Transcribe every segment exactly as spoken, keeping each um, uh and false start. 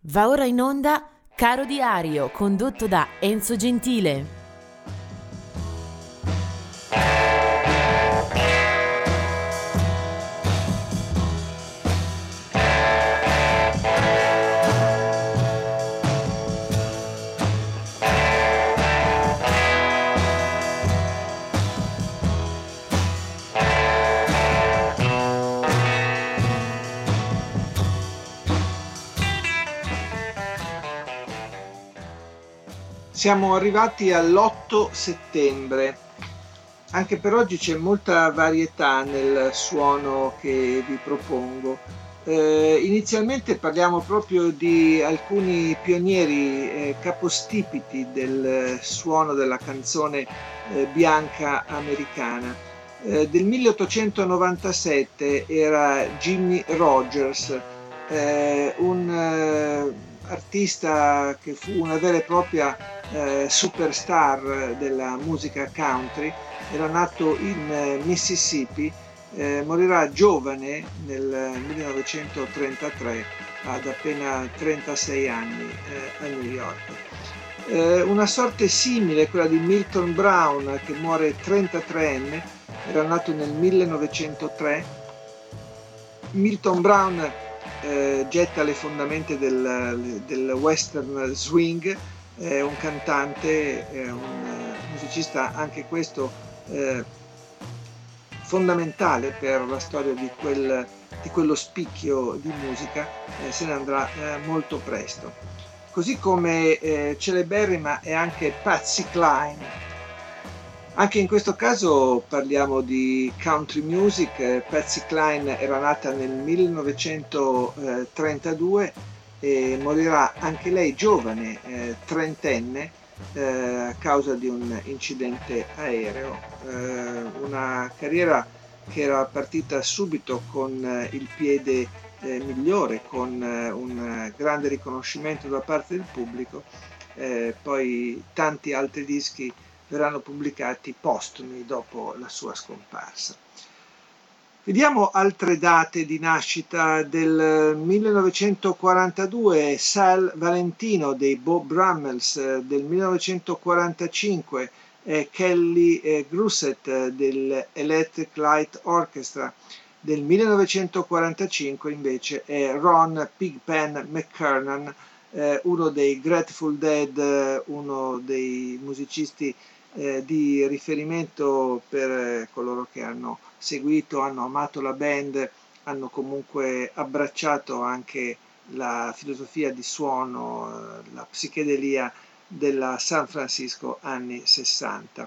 Va ora in onda Caro Diario, condotto da Enzo Gentile. Siamo arrivati all'otto settembre. Anche per oggi c'è molta varietà nel suono che vi propongo. Eh, inizialmente parliamo proprio di alcuni pionieri, eh, capostipiti del suono della canzone eh, bianca americana. Eh, del milleottocentonovantasette era Jimmie Rodgers, eh, un eh, artista che fu una vera e propria eh, superstar della musica country. Era nato in eh, Mississippi, eh, morirà giovane nel millenovecentotrentatré ad appena trentasei anni eh, a New York. Eh, una sorte simile, quella di Milton Brown, che muore trentatreenne, era nato nel millenovecentotre. Milton Brown eh, getta le fondamenta del, del western swing, è un cantante, è un musicista, anche questo eh, fondamentale per la storia di, quel, di quello spicchio di musica, eh, se ne andrà eh, molto presto. Così come eh, celeberrima è anche Patsy Cline. Anche in questo caso parliamo di country music. Patsy Cline era nata nel millenovecentotrentadue e morirà anche lei giovane, eh, trentenne, eh, a causa di un incidente aereo. Eh, una carriera che era partita subito con eh, il piede eh, migliore, con eh, un grande riconoscimento da parte del pubblico. Eh, poi tanti altri dischi verranno pubblicati postumi dopo la sua scomparsa. Vediamo altre date di nascita. Del millenovecentoquarantadue Sal Valentino dei Beau Brummels, del millenovecentoquarantacinque eh, Kelly eh, Grusset dell'Electric Light Orchestra, del millenovecentoquarantacinque invece è Ron Pigpen McKernan, eh, uno dei Grateful Dead, eh, uno dei musicisti eh, di riferimento per coloro che hanno seguito, hanno amato la band, hanno comunque abbracciato anche la filosofia di suono, la psichedelia della San Francisco anni sessanta.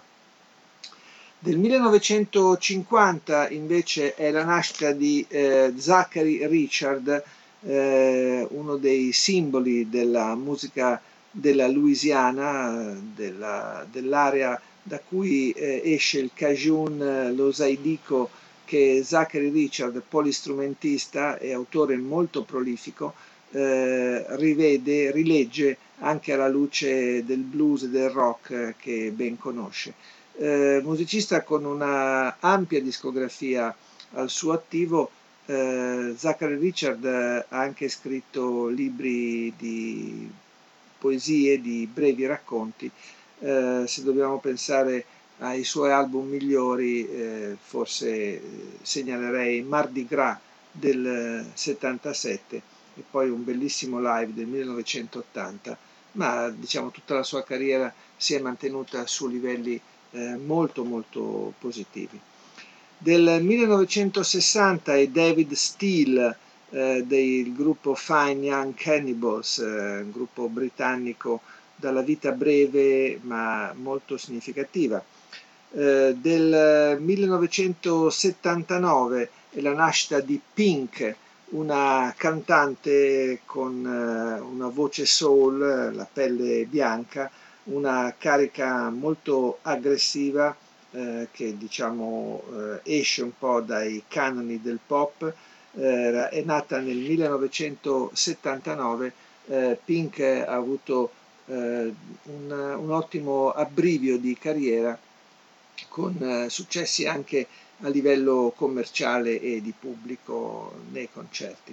Del millenovecentocinquanta invece è la nascita di eh, Zachary Richard, eh, uno dei simboli della musica della Louisiana, della, dell'area da cui eh, esce il Cajun, lo Zydeco, che Zachary Richard, polistrumentista e autore molto prolifico, eh, rivede, rilegge anche alla luce del blues e del rock eh, che ben conosce. Eh, musicista con una ampia discografia al suo attivo, eh, Zachary Richard ha anche scritto libri di poesie, di brevi racconti. Eh, se dobbiamo pensare ai suoi album migliori, eh, forse eh, segnalerei Mardi Gras del settantasette e poi un bellissimo live del millenovecentottanta, ma diciamo tutta la sua carriera si è mantenuta su livelli eh, molto molto positivi. Del millenovecentosessanta è David Steele eh, del gruppo Fine Young Cannibals, eh, un gruppo britannico dalla vita breve ma molto significativa. Eh, del millenovecentosettantanove è la nascita di Pink, una cantante con eh, una voce soul, la pelle bianca, una carica molto aggressiva eh, che diciamo eh, esce un po' dai canoni del pop. Eh, è nata nel millenovecentosettantanove. eh, Pink ha avuto eh, un, un ottimo abbrivio di carriera con eh, successi anche a livello commerciale e di pubblico nei concerti.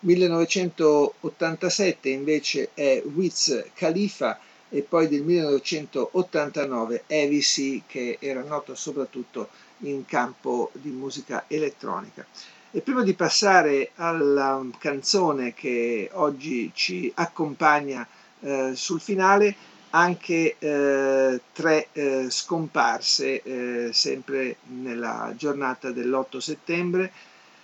millenovecentottantasette invece è Wiz Khalifa e poi del millenovecentottantanove A V C, che era noto soprattutto in campo di musica elettronica. E prima di passare alla canzone che oggi ci accompagna eh, sul finale, anche eh, tre eh, scomparse eh, sempre nella giornata dell'otto settembre.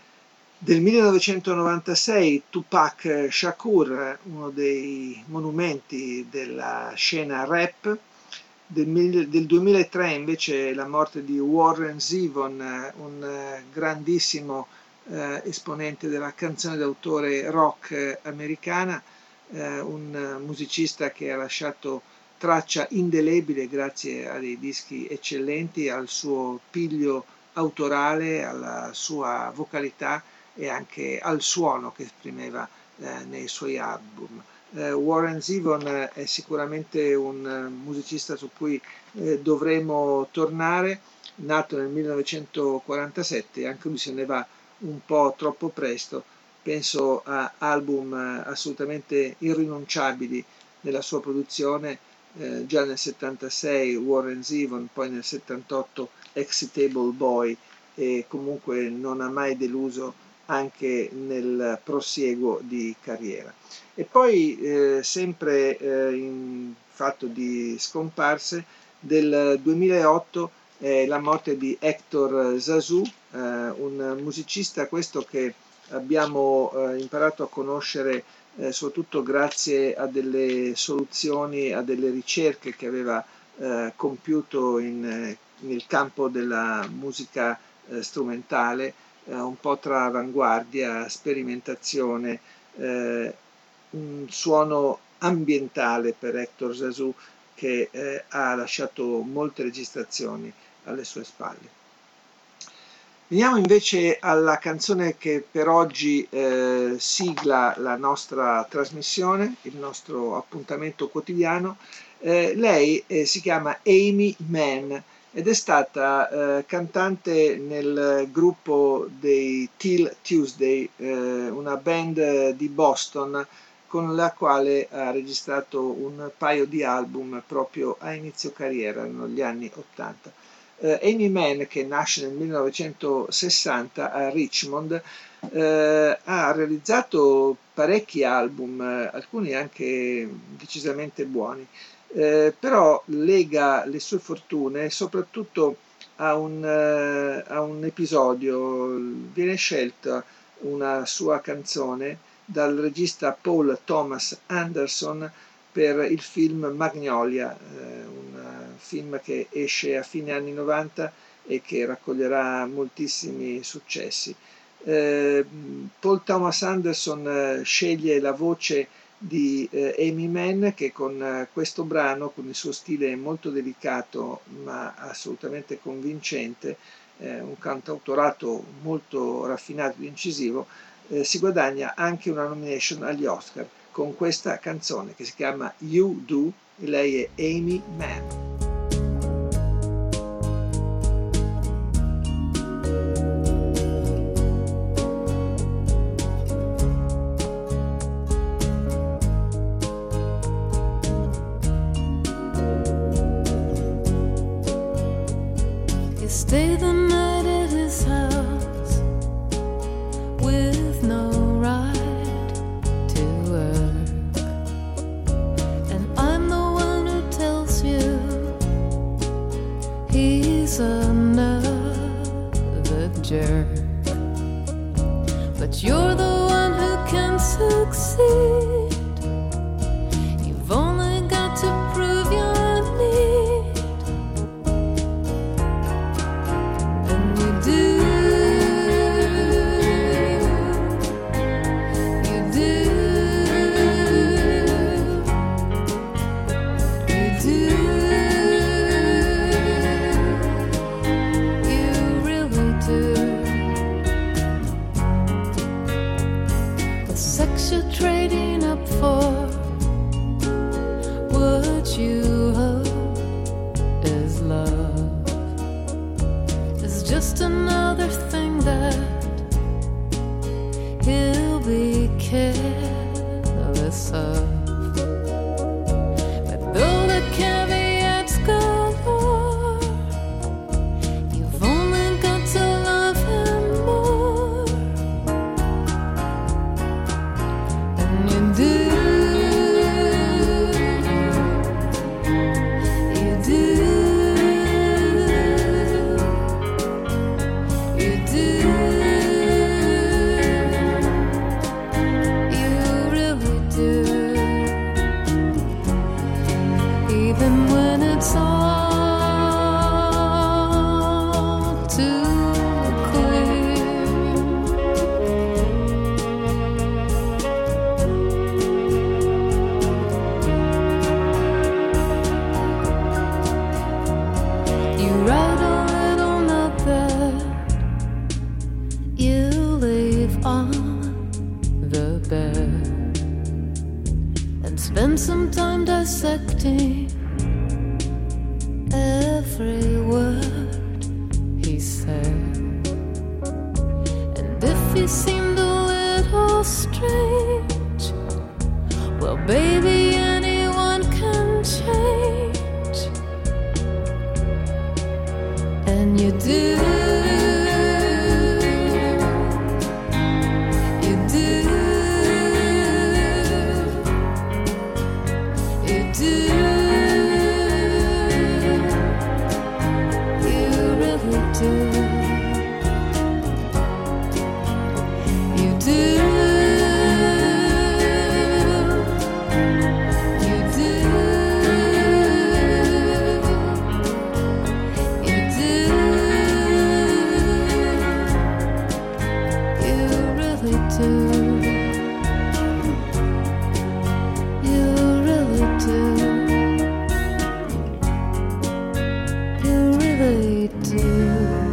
Del millenovecentonovantasei Tupac Shakur, uno dei monumenti della scena rap. Del, del duemilatré invece la morte di Warren Zevon, un grandissimo eh, esponente della canzone d'autore rock americana, eh, un musicista che ha lasciato traccia indelebile grazie a dei dischi eccellenti, al suo piglio autorale, alla sua vocalità e anche al suono che esprimeva eh, nei suoi album. Eh, Warren Zevon è sicuramente un uh, musicista su cui eh, dovremo tornare, nato nel millenovecentoquarantasette, anche lui se ne va un po' troppo presto. Penso a album uh, assolutamente irrinunciabili nella sua produzione, eh, già nel settantasei Warren Zevon, poi nel settantotto Excitable Boy, e comunque non ha mai deluso anche nel prosieguo di carriera. E poi eh, sempre eh, in fatto di scomparse, del duemilaotto è la morte di Hector Zazou, eh, un musicista questo che abbiamo eh, imparato a conoscere eh, soprattutto grazie a delle soluzioni, a delle ricerche che aveva eh, compiuto in, eh, nel campo della musica eh, strumentale, eh, un po' tra avanguardia, sperimentazione, eh, un suono ambientale per Hector Zazou che eh, ha lasciato molte registrazioni alle sue spalle. Veniamo invece alla canzone che per oggi eh, sigla la nostra trasmissione, il nostro appuntamento quotidiano. Eh, lei eh, si chiama Aimee Mann ed è stata eh, cantante nel gruppo dei Till Tuesday, eh, una band di Boston con la quale ha registrato un paio di album proprio a inizio carriera, negli anni ottanta. Uh, Aimee Mann, che nasce nel millenovecentosessanta a Richmond, uh, ha realizzato parecchi album, uh, alcuni anche decisamente buoni, uh, però lega le sue fortune soprattutto a un, uh, a un episodio. Viene scelta una sua canzone dal regista Paul Thomas Anderson per il film Magnolia, eh, un film che esce a fine anni novanta e che raccoglierà moltissimi successi. Eh, Paul Thomas Anderson eh, sceglie la voce di eh, Aimee Mann, che con eh, questo brano, con il suo stile molto delicato ma assolutamente convincente, eh, un cantautorato molto raffinato ed incisivo, eh, si guadagna anche una nomination agli Oscar con questa canzone che si chiama You Do, e lei è Aimee Mann. Stay the night at his house with no ride to work, and I'm the one who tells you it's all too clear. You write a little note that you leave on the bed and spend some time dissecting every word he said. And if he seemed a little strange, well, baby, anyone can change. And you do. You really do.